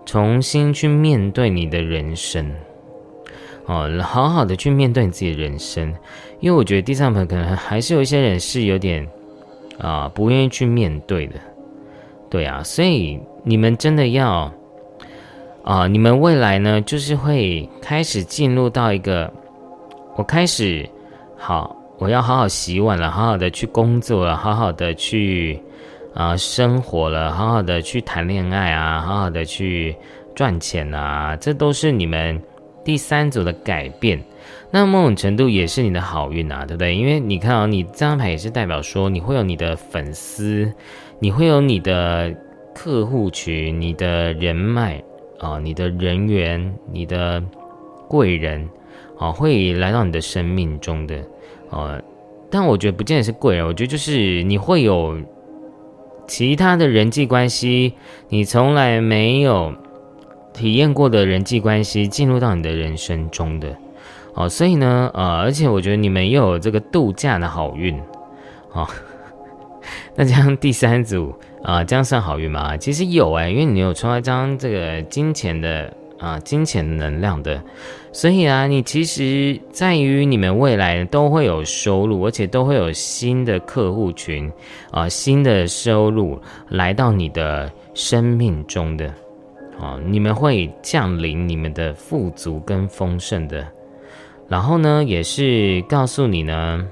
重新去面对你的人生。好好的去面对你自己的人生，因为我觉得第三朋友可能还是有一些人是有点不愿意去面对的，对啊，所以你们真的要你们未来呢，就是会开始进入到一个，我要好好洗碗了，好好的去工作了，好好的去生活了，好好的去谈恋爱啊，好好的去赚钱啊，这都是你们第三组的改变。那某种程度也是你的好运啊，对不对？因为你看你这张牌也是代表说你会有你的粉丝，你会有你的客户群，你的人脉你的人缘，你的贵人会来到你的生命中的但我觉得不见得是贵人，我觉得就是你会有其他的人际关系，你从来没有体验过的人际关系进入到你的人生中的所以呢而且我觉得你们又有这个度假的好运那这样第三组这样算好运吗？其实有因为你有抽到一张这个金钱的能量的，所以你其实在于你们未来都会有收入，而且都会有新的客户群新的收入来到你的生命中的你们会降临你们的富足跟丰盛的。然后呢也是告诉你呢，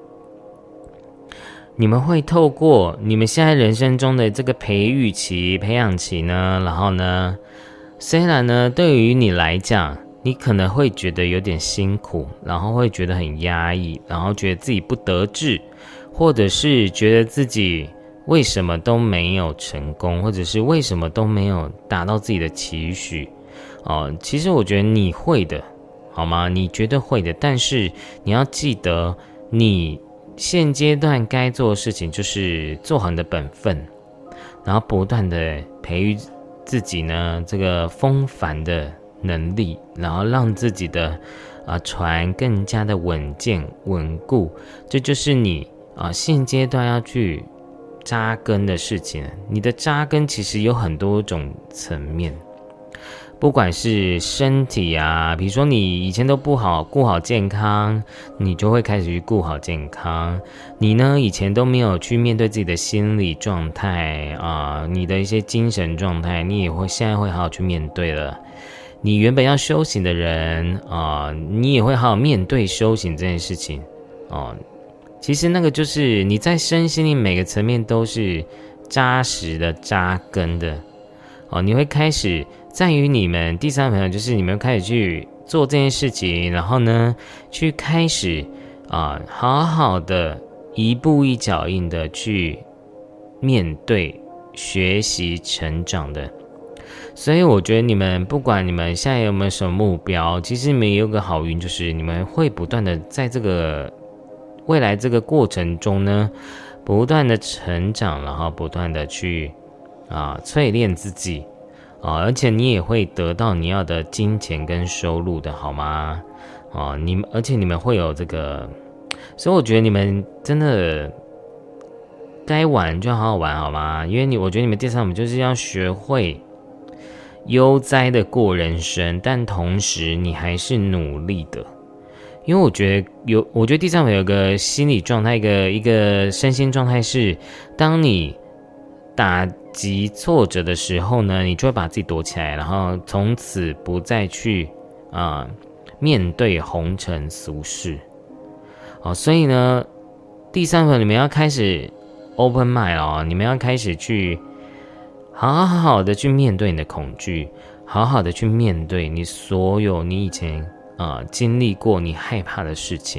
你们会透过你们现在人生中的这个培养期呢，然后呢虽然呢对于你来讲你可能会觉得有点辛苦，然后会觉得很压抑，然后觉得自己不得志，或者是觉得自己为什么都没有成功，或者是为什么都没有达到自己的期许其实我觉得你会的，好吗？你绝对会的，但是你要记得你现阶段该做的事情就是做好你的本分，然后不断的培育自己呢这个风帆的能力，然后让自己的船更加的稳健稳固，这就是你现阶段要去扎根的事情。你的扎根其实有很多种层面，不管是身体比如说你以前都不好顾好健康，你就会开始去顾好健康。你呢以前都没有去面对自己的心理状态你的一些精神状态，你也会现在会好好去面对了。你原本要修行的人你也会好好面对修行这件事情其实那个就是你在身心灵每个层面都是扎实的扎根的你会开始在于你们第三朋友，就是你们开始去做这件事情，然后呢去开始好好的一步一脚印的去面对学习成长的。所以我觉得你们不管你们现在有没有什么目标，其实你们也有个好运，就是你们会不断的在这个未来这个过程中呢不断的成长，然后不断的去淬炼自己而且你也会得到你要的金钱跟收入的，好吗而且你们会有这个，所以我觉得你们真的该玩就好好玩，好吗？因为我觉得你们第三，就是要学会悠哉的过人生，但同时你还是努力的。因为我觉得第三位有个心理状态，一个身心状态是，当你打击挫折的时候呢，你就会把自己躲起来，然后从此不再去面对红尘俗事所以呢第三位你们要开始 open mind 你们要开始去好好的去面对你的恐惧，好好的去面对你所有你以前经历过你害怕的事情。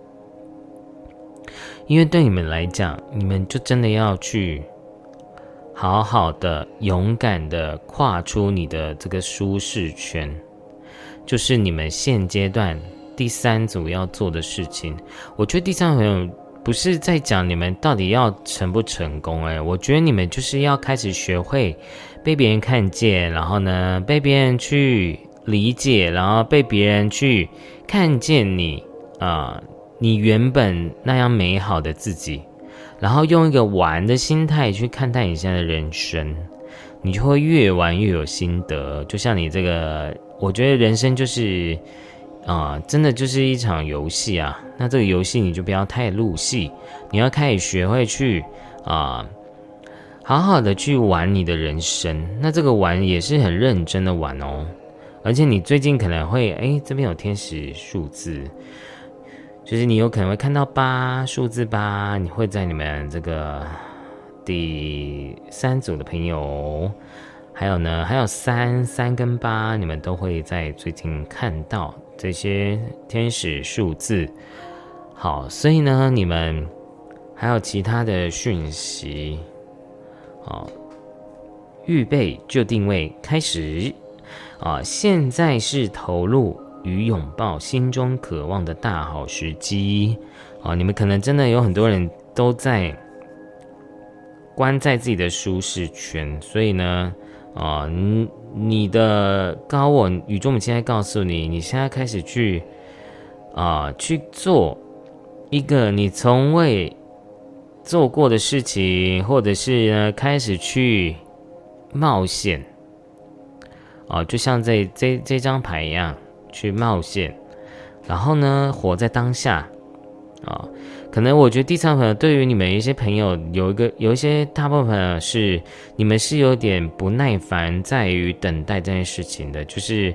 因为对你们来讲，你们就真的要去好好的勇敢的跨出你的这个舒适圈，就是你们现阶段第三组要做的事情。我觉得第三组不是在讲你们到底要成不成功我觉得你们就是要开始学会被别人看见，然后呢被别人去理解，然后被别人去看见你你原本那样美好的自己，然后用一个玩的心态去看待你现在的人生。 你就会越玩越有心得。就像你这个，我觉得人生就是真的就是一场游戏啊。那这个游戏你就不要太入戏，你要开始学会去好好的去玩你的人生。那这个玩也是很认真的玩哦。而且你最近可能会这边有天使数字，就是你有可能会看到数字8，你会在你们这个第3组的朋友，还有3跟8，你们都会在最近看到这些天使数字。好，所以呢，你们还有其他的讯息，预备就定位开始。现在是投入与拥抱心中渴望的大好时机。你们可能真的有很多人都在关在自己的舒适圈，所以呢，你的高我宇宙母亲在告诉你，你现在开始去做一个你从未做过的事情，或者是呢开始去冒险。就像这张牌一样，去冒险，然后呢，活在当下。可能我觉得第三朋友对于你们一些朋友有一些大部分是你们是有点不耐烦，在于等待这件事情的，就是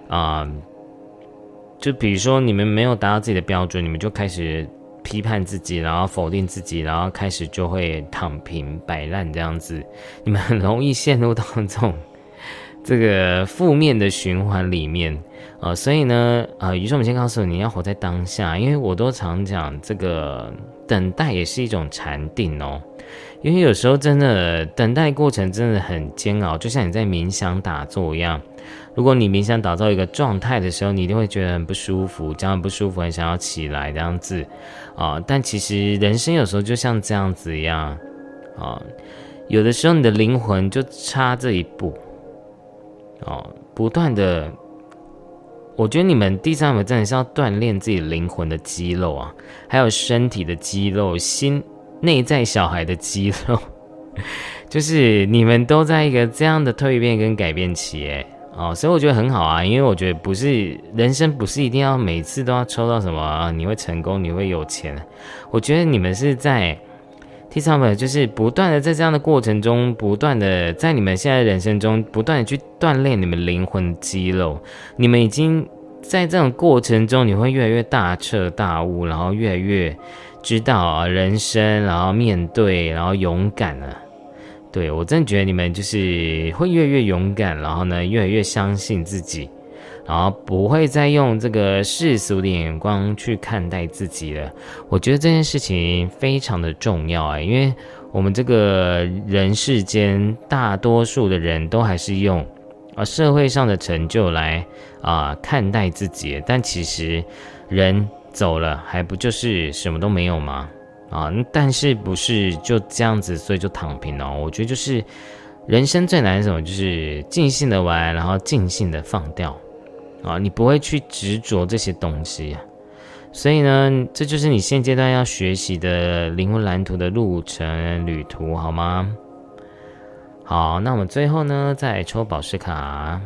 就比如说你们没有达到自己的标准，你们就开始批判自己，然后否定自己，然后开始就会躺平摆烂这样子，你们很容易陷入到这个负面的循环里面。所以呢，宇宙母亲告诉你要活在当下，因为我都常讲这个等待也是一种禅定哦。因为有时候真的等待过程真的很煎熬，就像你在冥想打坐一样。如果你冥想打造一个状态的时候，你一定会觉得很不舒服，这样很不舒服，很想要起来这样子但其实人生有时候就像这样子一样有的时候你的灵魂就差这一步不断的。我觉得你们第三个真的是要锻炼自己灵魂的肌肉啊，还有身体的肌肉，内在小孩的肌肉，就是你们都在一个这样的蜕变跟改变期所以我觉得很好啊，因为我觉得人生不是一定要每次都要抽到什么你会成功你会有钱，我觉得你们是在第三个就是不断的在这样的过程中，不断的在你们现在人生中不断的去锻炼你们灵魂肌肉，你们已经在这种过程中，你会越来越大彻大悟，然后越来越知道人生，然后面对，然后勇敢了。对，我真的觉得你们就是会越来越勇敢，然后呢越来越相信自己，然后不会再用这个世俗的眼光去看待自己了。我觉得这件事情非常的重要因为我们这个人世间大多数的人都还是用社会上的成就来看待自己，但其实人走了还不就是什么都没有吗？但是不是就这样子所以就躺平我觉得就是人生最难的是什么，就是尽兴的玩，然后尽兴的放掉你不会去执着这些东西所以呢，这就是你现阶段要学习的灵魂蓝图的路程旅途，好吗？好，那我们最后呢再来抽宝石卡。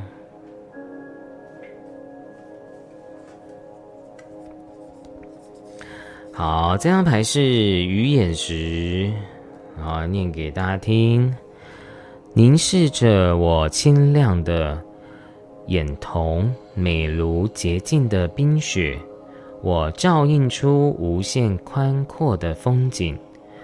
好，这张牌是鱼眼石念给大家听。凝视着我清亮的眼瞳，美如洁净的冰雪，我照映出无限宽阔的风景，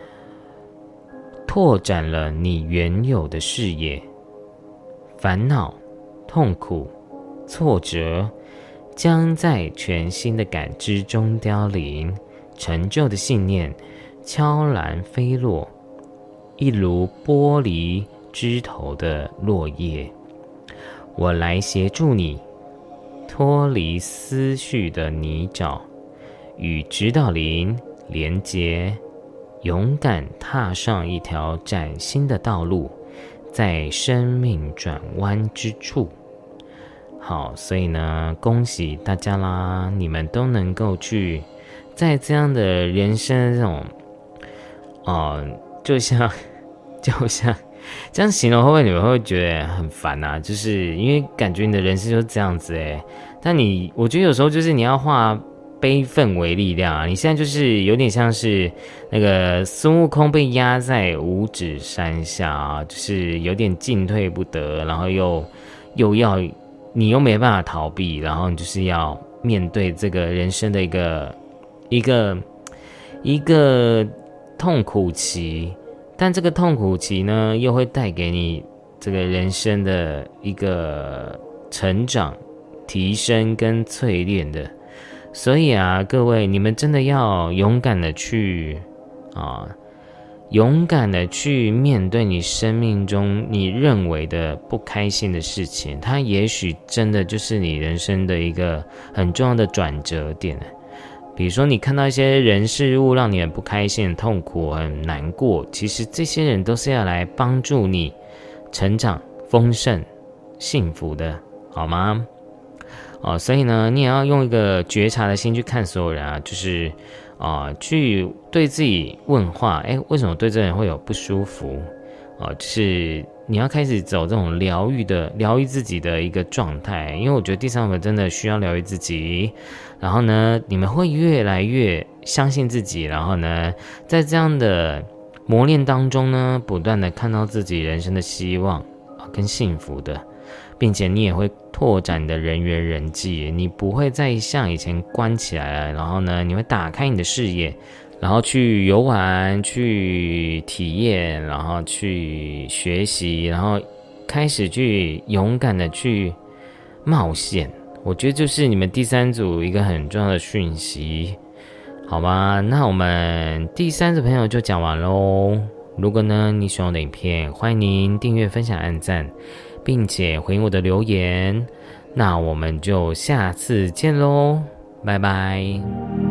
拓展了你原有的视野。烦恼、痛苦、挫折将在全新的感知中凋零，成就的信念悄然飞落，一如剥离枝头的落叶。我来协助你脱离思绪的泥沼，与指导灵连结，勇敢踏上一条崭新的道路，在生命转弯之处。好，所以呢，恭喜大家啦，你们都能够去在这样的人生这种就像这样形容会不会你们会觉得很烦啊？就是因为感觉你的人生就是这样子但我觉得有时候就是你要化悲愤为力量啊！你现在就是有点像是那个孙悟空被压在五指山下啊，就是有点进退不得，然后又要你又没办法逃避，然后你就是要面对这个人生的一个痛苦期，但这个痛苦期呢，又会带给你这个人生的一个成长、提升跟淬炼的。所以啊，各位，你们真的要勇敢的去面对你生命中你认为的不开心的事情，它也许真的就是你人生的一个很重要的转折点。比如说你看到一些人事物让你很不开心、很痛苦、很难过，其实这些人都是要来帮助你成长、丰盛、幸福的，好吗？所以呢，你也要用一个觉察的心去看所有人啊，就是去对自己问话，为什么对这人会有不舒服？就是你要开始走这种疗愈自己的一个状态，因为我觉得第三本真的需要疗愈自己。然后呢，你们会越来越相信自己，然后呢，在这样的磨练当中呢，不断的看到自己人生的希望跟幸福的，并且你也会拓展你的人缘人际，你不会再像以前关起来了，然后呢，你会打开你的视野，然后去游玩、去体验，然后去学习，然后开始去勇敢的去冒险。我觉得就是你们第三组一个很重要的讯息，好吗？那我们第三组朋友就讲完咯。如果呢你喜欢我的影片，欢迎您订阅、分享、按赞，并且回应我的留言。那我们就下次见咯，拜拜。